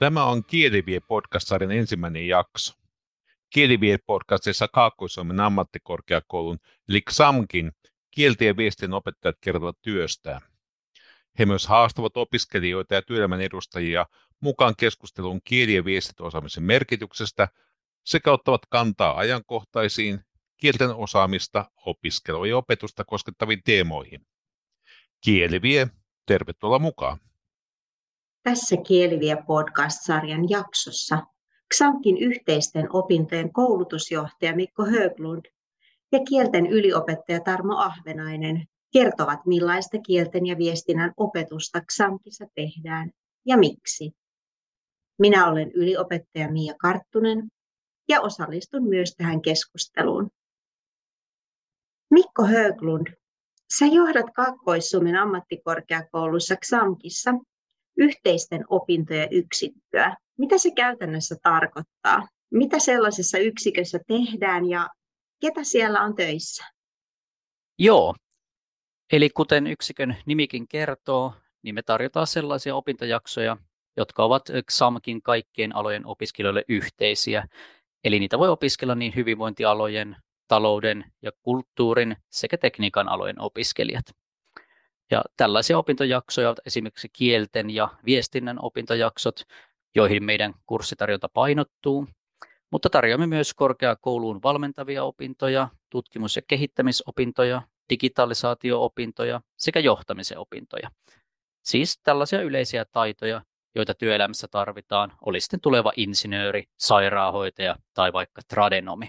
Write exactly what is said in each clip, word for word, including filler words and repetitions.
Tämä on Kielivie-podcast-sarjan ensimmäinen jakso. Kielivie-podcastissa Kaakkois-Suomen ammattikorkeakoulun eli X A M-kin kielten ja viestien opettajat kertovat työstään. He myös haastavat opiskelijoita ja työelämän edustajia mukaan keskusteluun kieli- ja viestintäosaamisen merkityksestä sekä ottavat kantaa ajankohtaisiin kielten osaamista, opiskelua ja opetusta koskettaviin teemoihin. Kielivie, tervetuloa mukaan. Tässä Kielivie-podcast-sarjan jaksossa X A M-kin yhteisten opintojen koulutusjohtaja Mikko Höglund ja kielten yliopettaja Tarmo Ahvenainen kertovat, millaista kielten ja viestinnän opetusta X A M-kissa tehdään ja miksi. Minä olen yliopettaja Mia Karttunen ja osallistun myös tähän keskusteluun. Mikko Höglund, sä johdat Kaakkois-Suomen ammattikorkeakoulussa X A M-kissa yhteisten opintojen yksikköä. Mitä se käytännössä tarkoittaa? Mitä sellaisessa yksikössä tehdään ja ketä siellä on töissä? Joo, eli kuten yksikön nimikin kertoo, niin me tarjotaan sellaisia opintojaksoja, jotka ovat X A M-kin kaikkien alojen opiskelijoille yhteisiä. Eli niitä voi opiskella niin hyvinvointialojen, talouden ja kulttuurin sekä tekniikan alojen opiskelijat. Ja tällaisia opintojaksoja ovat esimerkiksi kielten ja viestinnän opintojaksot, joihin meidän kurssitarjonta painottuu, mutta tarjoamme myös korkeakouluun valmentavia opintoja, tutkimus- ja kehittämisopintoja, digitalisaatio-opintoja sekä johtamisen opintoja. Siis tällaisia yleisiä taitoja, joita työelämässä tarvitaan, oli sitten tuleva insinööri, sairaanhoitaja tai vaikka tradenomi.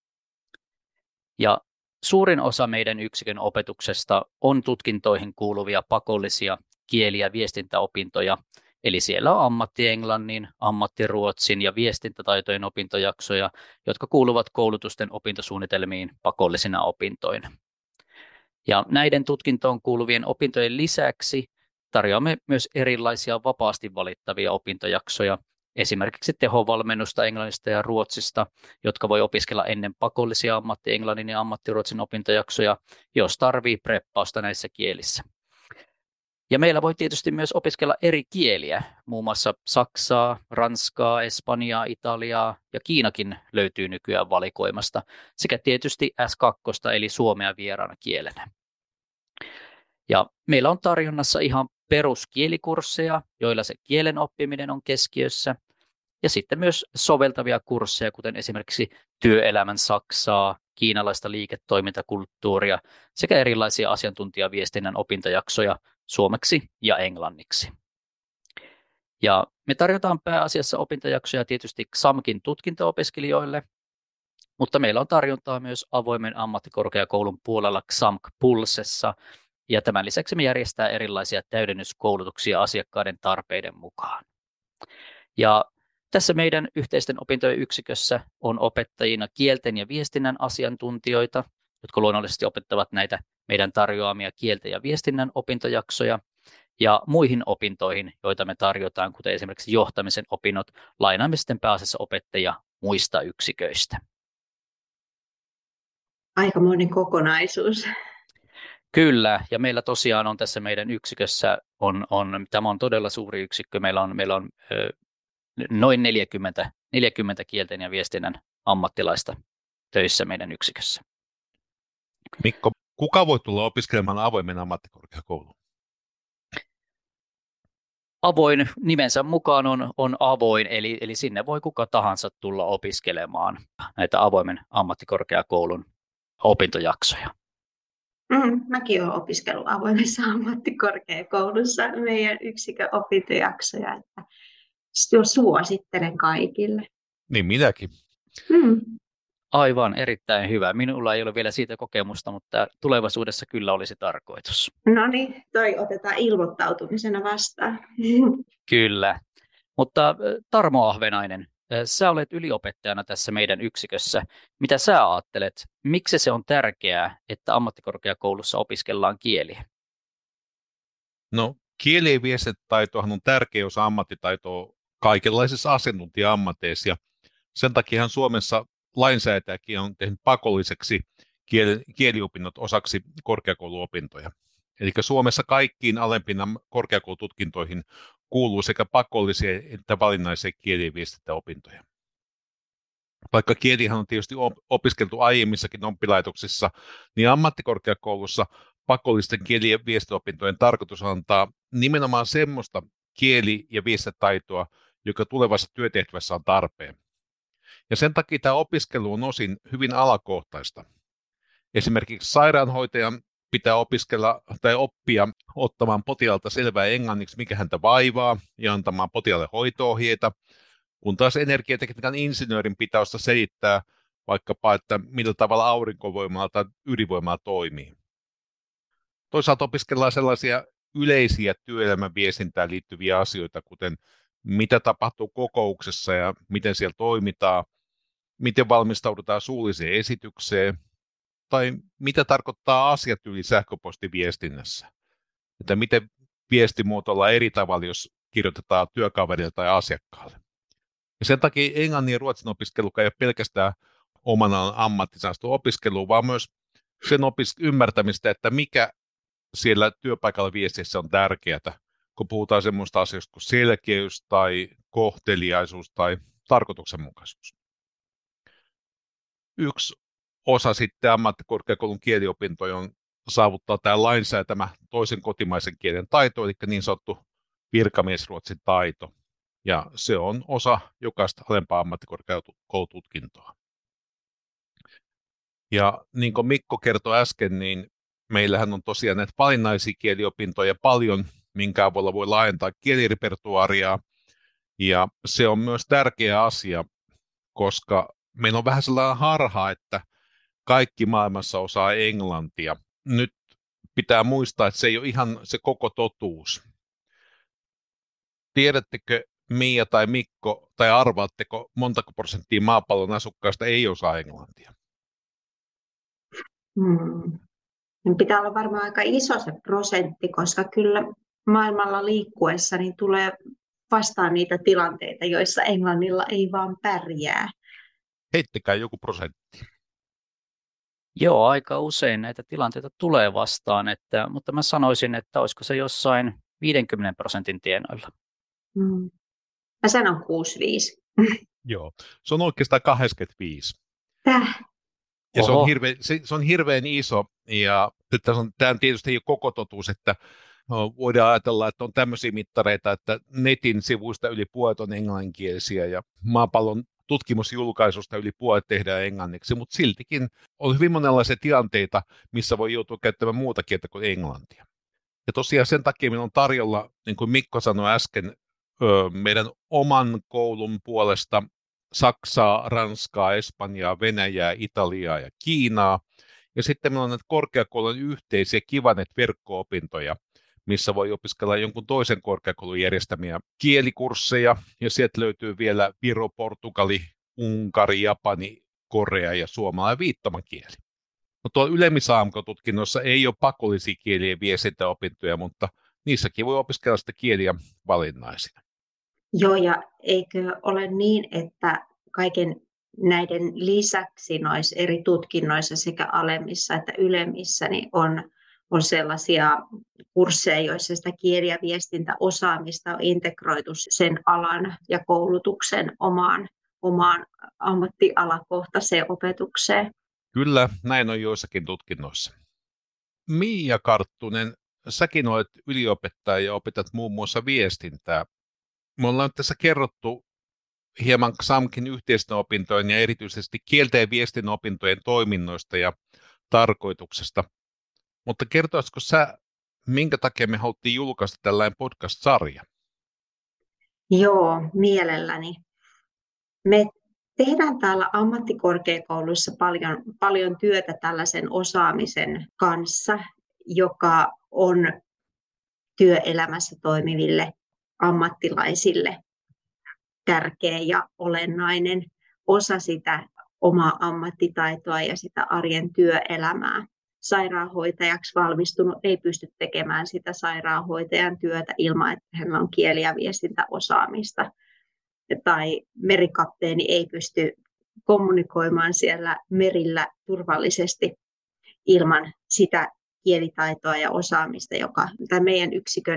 Ja suurin osa meidän yksikön opetuksesta on tutkintoihin kuuluvia pakollisia kieli- ja viestintäopintoja, eli siellä on ammattienglannin, ammattiruotsin ja viestintätaitojen opintojaksoja, jotka kuuluvat koulutusten opintosuunnitelmiin pakollisina opintoina. Ja näiden tutkintoon kuuluvien opintojen lisäksi tarjoamme myös erilaisia vapaasti valittavia opintojaksoja, esimerkiksi tehovalmennusta englannista ja ruotsista, jotka voi opiskella ennen pakollisia ammattienglannin ja ammattiruotsin opintojaksoja, jos tarvii preppausta näissä kielissä. Ja meillä voi tietysti myös opiskella eri kieliä, muun muassa saksaa, ranskaa, espanjaa, italiaa ja Kiinakin löytyy nykyään valikoimasta, sekä tietysti S kaksi eli suomea vieraana kielenä. Ja meillä on tarjonnassa ihan peruskielikursseja, joilla se kielen oppiminen on keskiössä, ja sitten myös soveltavia kursseja, kuten esimerkiksi työelämän saksaa, kiinalaista liiketoimintakulttuuria sekä erilaisia asiantuntijaviestinnän opintojaksoja suomeksi ja englanniksi. Ja me tarjotaan pääasiassa opintojaksoja tietysti X A M-kin tutkinto-opiskelijoille, mutta meillä on tarjontaa myös avoimen ammattikorkeakoulun puolella X A M Pulsessa, ja tämän lisäksi me järjestää erilaisia täydennyskoulutuksia asiakkaiden tarpeiden mukaan. Ja tässä meidän yhteisten opintojen yksikössä on opettajina kielten ja viestinnän asiantuntijoita, jotka luonnollisesti opettavat näitä meidän tarjoamia kielten ja viestinnän opintojaksoja, ja muihin opintoihin, joita me tarjotaan, kuten esimerkiksi johtamisen opinnot, lainaamme sitten pääasiassa opettajia muista yksiköistä. Aikamoinen kokonaisuus. Kyllä, ja meillä tosiaan on tässä meidän yksikössä, on, on, tämä on todella suuri yksikkö, meillä on, meillä on ö, noin neljäkymmentä, neljäkymmentä kielten ja viestinnän ammattilaista töissä meidän yksikössä. Mikko, kuka voi tulla opiskelemaan avoimen ammattikorkeakouluun? Avoin nimensä mukaan on, on avoin, eli, eli sinne voi kuka tahansa tulla opiskelemaan näitä avoimen ammattikorkeakoulun opintojaksoja. Mm, mäkin olen opiskellut avoimessa ammattikorkeakoulussa meidän yksikön opintojaksoja, että jo suosittelen kaikille. Niin minäkin. Mm. Aivan, erittäin hyvä. Minulla ei ole vielä siitä kokemusta, mutta tulevaisuudessa kyllä olisi tarkoitus. No niin, toi otetaan ilmoittautumisena vastaan. Kyllä. Mutta Tarmo Ahvenainen, sä olet yliopettajana tässä meidän yksikössä. Mitä sä ajattelet, miksi se on tärkeää, että ammattikorkeakoulussa opiskellaan kieliä? No, kieli- ja viestintätaitohan on tärkeä osa ammattitaitoa kaikenlaisissa asiantuntija-ammateissa, ja sen takiahan Suomessa lainsäätäjäkin on tehnyt pakolliseksi kieli, kieliopinnot osaksi korkeakouluopintoja. Eli Suomessa kaikkiin alempiin korkeakoulututkintoihin kuuluu sekä pakollisia että valinnaisia kieli- ja viestintäopintoja. Vaikka kielihan on tietysti opiskeltu aiemmissakin oppilaitoksissa, niin ammattikorkeakoulussa pakollisten kieli- ja viestintäopintojen tarkoitus on antaa nimenomaan semmoista kieli- ja viestintätaitoa, joka tulevassa työtehtävässä on tarpeen. Ja sen takia tämä opiskelu on osin hyvin alakohtaista. Esimerkiksi sairaanhoitajan pitää opiskella tai oppia ottamaan potilaalta selvää englanniksi, mikä häntä vaivaa, ja antamaan potilaalle hoito-ohjeita, kun taas energiatekniikan insinöörin pitää osata selittää vaikkapa, että millä tavalla aurinkovoimalla tai ydinvoimalla toimii. Toisaalta opiskellaan sellaisia yleisiä työelämän viestintään liittyviä asioita, kuten mitä tapahtuu kokouksessa ja miten siellä toimitaan, miten valmistaudutaan suulliseen esitykseen, tai mitä tarkoittaa asiatyyli sähköpostiviestinnässä, että miten viesti muotoillaan eri tavalla, jos kirjoitetaan työkaverille tai asiakkaalle. Ja sen takia englannin ja ruotsin opiskelu ei ole pelkästään omana ammattisaaston opiskelua, vaan myös sen opis- ymmärtämistä, että mikä siellä työpaikalla viestissä on tärkeää, kun puhutaan semmoista asioista kuin selkeys tai kohteliaisuus tai tarkoituksenmukaisuus. Yksi osa sitten ammattikorkeakoulun kieliopintoja on saavuttaa tämä lainsäätämä toisen kotimaisen kielen taito, eli niin sanottu virkamiesruotsin taito. Ja se on osa jokaista alempaa ammattikorkeakoulututkintoa. Ja niin kuin Mikko kertoi äsken, niin meillähän on tosiaan näitä valinnaisia kieliopintoja paljon, minkä avulla voi laajentaa kielirepertuaaria. Ja se on myös tärkeä asia, koska meillä on vähän sellainen harha, että kaikki maailmassa osaa englantia. Nyt pitää muistaa, että se ei ole ihan se koko totuus. Tiedättekö, Mia tai Mikko, tai arvaatteko, montako prosenttia maapallon asukkaista ei osaa englantia? Hmm. Pitää olla varmaan aika iso se prosentti, koska kyllä maailmalla liikkuessa niin tulee vastaan niitä tilanteita, joissa englannilla ei vaan pärjää. Heittäkää joku prosentti. Joo, aika usein näitä tilanteita tulee vastaan, että, mutta mä sanoisin, että olisiko se jossain viidenkymmenen prosentin tienoilla. Hmm. Mä sanon kuusikymmentäviisi. Joo, se on oikeastaan kahdeksankymmentäviisi. Täh? Ja se on, hirveän, se, se on hirveän iso, ja tämä tietysti ei ole koko totuus, että no, voidaan ajatella, että on tämmöisiä mittareita, että netin sivuista yli puolet on englanninkielisiä, ja maapallon tutkimusjulkaisusta yli puolet tehdään englanniksi, mutta siltikin on hyvin monenlaisia tilanteita, missä voi joutua käyttämään muuta kieltä kuin englantia. Ja tosiaan sen takia meillä on tarjolla, niin kuin Mikko sanoi äsken, meidän oman koulun puolesta Saksaa, Ranskaa, Espanjaa, Venäjää, Italiaa ja Kiinaa. Ja sitten meillä on näitä korkeakoulun yhteisiä kivanet verkko-opintoja, missä voi opiskella jonkun toisen korkeakoulun järjestämiä kielikursseja. Ja sieltä löytyy vielä Viro, Portugali, Unkari, Japani, Korea ja suomalainen viittomakieli. No tuolla ylemmissä A M K-tutkinnoissa ei ole pakollisia kieli- ja viestintäopintoja, mutta niissäkin voi opiskella sitä kieliä valinnaisina. Joo, ja eikö ole niin, että kaiken näiden lisäksi noissa eri tutkinnoissa sekä alemmissa että ylemmissä niin on, on sellaisia kursseja, joissa sitä kieli- ja viestintäosaamista on integroitu sen alan ja koulutuksen omaan, omaan ammattialakohtaiseen opetukseen? Kyllä, näin on joissakin tutkinnoissa. Miia Karttunen, säkin olet yliopettaja ja opetat muun muassa viestintää. Me ollaan tässä kerrottu hieman X A M Kin yhteisten opintojen ja erityisesti kielten ja viestin opintojen toiminnoista ja tarkoituksesta. Mutta kertoisitko sä, minkä takia me haluttiin julkaista tällainen podcast-sarja? Joo, mielelläni. Me tehdään täällä ammattikorkeakouluissa paljon, paljon työtä tällaisen osaamisen kanssa, joka on työelämässä toimiville ammattilaisille tärkeä ja olennainen osa sitä omaa ammattitaitoa ja sitä arjen työelämää. Sairaanhoitajaksi valmistunut ei pysty tekemään sitä sairaanhoitajan työtä ilman, että hänellä on kieli- ja viestintäosaamista. Tai merikapteeni ei pysty kommunikoimaan siellä merillä turvallisesti ilman sitä kielitaitoa ja osaamista, joka tämä meidän yksikön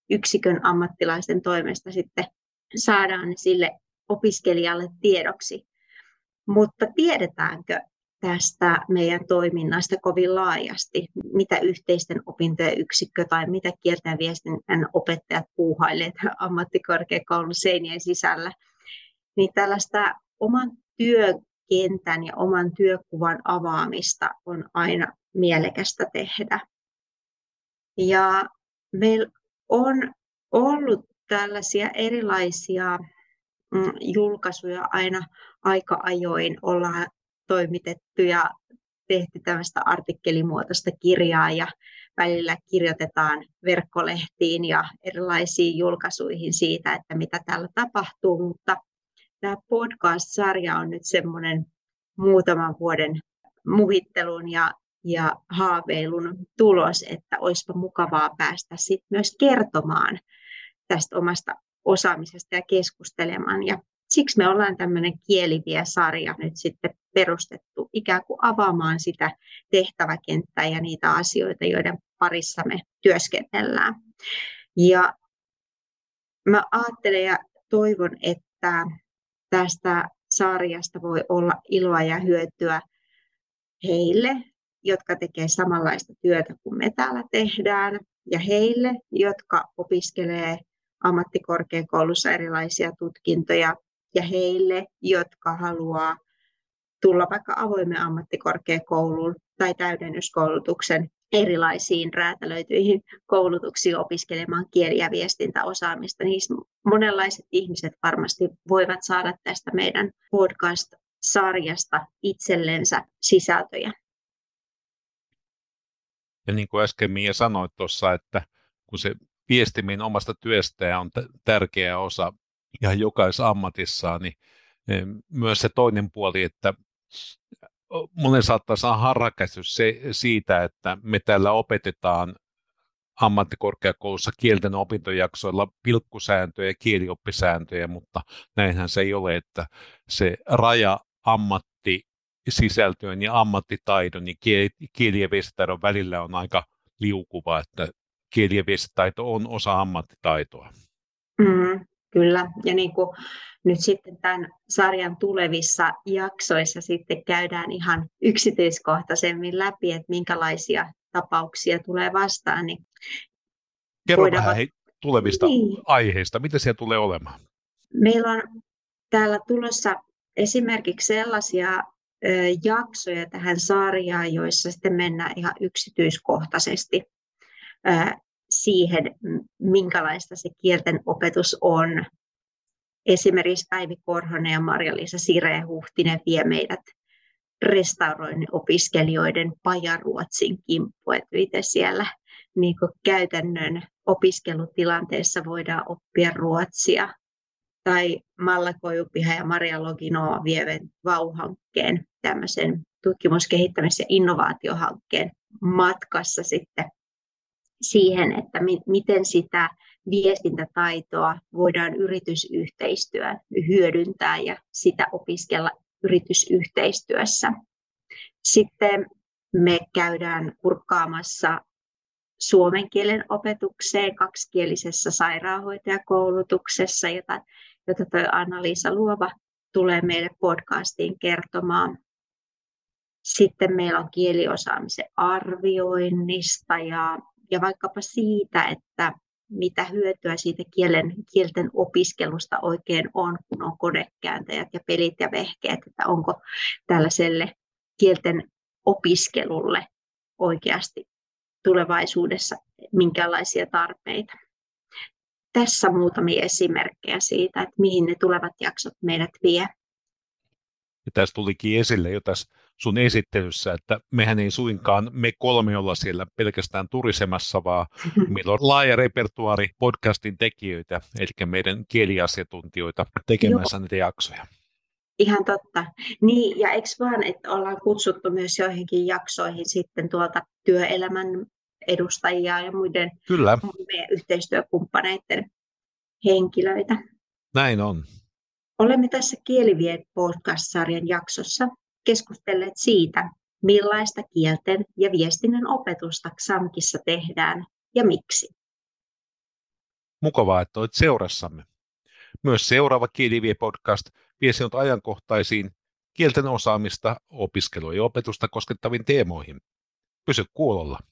yksikön ammattilaisen toimesta sitten saadaan ne sille opiskelijalle tiedoksi. Mutta tiedetäänkö tästä meidän toiminnasta kovin laajasti, mitä yhteisten opintojen yksikkö tai mitä kielten viestinnän opettajat puuhailevat ammattikorkeakoulun seinien sisällä, niin tällaista oman työkentän ja oman työkuvan avaamista on aina mielekästä tehdä. Ja meillä on ollut tällaisia erilaisia mm, julkaisuja aina aika ajoin, ollaan toimitettu ja tehty tämmöistä artikkelimuotoista kirjaa ja välillä kirjoitetaan verkkolehtiin ja erilaisiin julkaisuihin siitä, että mitä täällä tapahtuu, mutta tämä podcast-sarja on nyt semmoinen muutaman vuoden muhittelun ja, ja haaveilun tulos, että olisipa mukavaa päästä sit myös kertomaan tästä omasta osaamisesta ja keskustelemaan. Ja siksi me ollaan tämmöinen Kielivie-sarja nyt sitten perustettu ikään kuin avaamaan sitä tehtäväkenttää ja niitä asioita, joiden parissa me työskennellään. Ja mä ajattelen ja toivon, että tästä sarjasta voi olla iloa ja hyötyä heille, jotka tekevät samanlaista työtä kuin me täällä tehdään, ja heille, jotka opiskelee ammattikorkeakoulussa erilaisia tutkintoja, ja heille, jotka haluaa tulla vaikka avoimen ammattikorkeakouluun tai täydennyskoulutuksen erilaisiin räätälöityihin koulutuksiin opiskelemaan kieli- ja viestintäosaamista. Niin monenlaiset ihmiset varmasti voivat saada tästä meidän podcast-sarjasta itsellensä sisältöjä. Ja niin kuin äsken Mia sanoit tuossa, että kun se viestiminen omasta työstään on t- tärkeä osa ihan jokaisessa ammatissaan, niin myös se toinen puoli, että monen saattaa saada harhakäsitys se, siitä, että me täällä opetetaan ammattikorkeakoulussa kielten opintojaksoilla pilkkusääntöjä ja kielioppisääntöjä, mutta näinhän se ei ole, että se raja ammattisisältöön ja ammattitaidon ja kieli- ja viestintätaidon välillä on aika liukuva, että kieli- ja viestintätaito on osa ammattitaitoa. Mm, kyllä, ja niin kuin nyt sitten tämän sarjan tulevissa jaksoissa sitten käydään ihan yksityiskohtaisemmin läpi, että minkälaisia tapauksia tulee vastaan. Niin Kerro voidaan... vähän hei, tulevista niin. aiheista, mitä siellä tulee olemaan? Meillä on täällä tulossa esimerkiksi sellaisia ö, jaksoja tähän sarjaan, joissa sitten mennään ihan yksityiskohtaisesti ö, siihen, minkälaista se kielten opetus on. Esimerkiksi Päivi Korhonen ja Marja-Liisa Sireen-Huhtinen vie meidät restauroinnin opiskelijoiden pajaruotsin kimppuun, että miten siellä niin kuin käytännön opiskelutilanteessa voidaan oppia ruotsia. Tai Malla Koivupiha ja Maria Loginoa vievät V A U-hankkeen, tämmöisen tutkimus-, kehittämis- ja innovaatiohankkeen matkassa sitten siihen, että mi- miten sitä viestintätaitoa voidaan yritysyhteistyössä hyödyntää ja sitä opiskella yritysyhteistyössä. Sitten me käydään kurkkaamassa suomen kielen opetukseen kaksikielisessä sairaanhoitajakoulutuksessa, jota, jota tuo Anna-Liisa Luova tulee meille podcastiin kertomaan. Sitten meillä on kieliosaamisen arvioinnista ja, ja vaikkapa siitä, että mitä hyötyä siitä kielen, kielten opiskelusta oikein on, kun on konekääntäjät ja pelit ja vehkeet, että onko tällaiselle kielten opiskelulle oikeasti tulevaisuudessa minkälaisia tarpeita. Tässä muutamia esimerkkejä siitä, että mihin ne tulevat jaksot meidät vie. Ja tässä tulikin esille jo tässä sun esittelyssä, että mehän ei suinkaan me kolme olla siellä pelkästään turisemassa, vaan meillä on laaja repertuaari podcastin tekijöitä, eli meidän kieliasiantuntijoita tekemässä Joo. näitä jaksoja. Ihan totta. Niin, ja eikö vaan, että ollaan kutsuttu myös joihinkin jaksoihin sitten tuolta työelämän edustajia ja muiden Kyllä. meidän yhteistyökumppaneiden henkilöitä. Näin on. Olemme tässä Kielivie podcast-sarjan jaksossa keskustelleet siitä, millaista kielten ja viestinnän opetusta X A M Kissa tehdään ja miksi. Mukavaa, että olet seurassamme. Myös seuraava Kielivie-podcast vie sinut ajankohtaisiin kielten osaamista, opiskelua ja opetusta koskettaviin teemoihin. Pysy kuulolla.